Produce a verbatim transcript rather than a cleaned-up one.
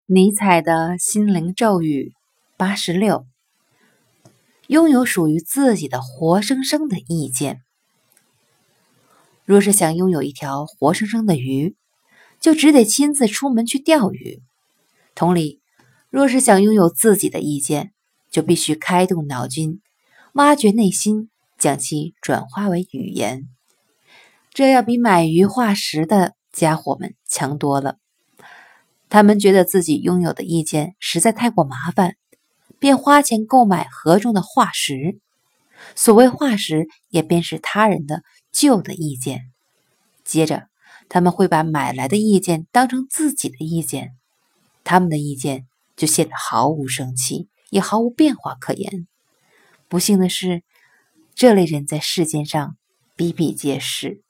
尼采的心灵咒语八十六：拥有属于自己的活生生的意见。若是想拥有一条活生生的鱼，就只得亲自出门去钓鱼。同理，若是想拥有自己的意见，就必须开动脑筋，挖掘内心，将其转化为语言。这要比买鱼化石的家伙们强多了。他们觉得自己拥有的意见实在太过麻烦，便花钱购买盒中的化石。所谓化石，也便是他人的旧的意见。接着，他们会把买来的意见当成自己的意见，他们的意见就显得毫无生气，也毫无变化可言。不幸的是，这类人在世间上比比皆是。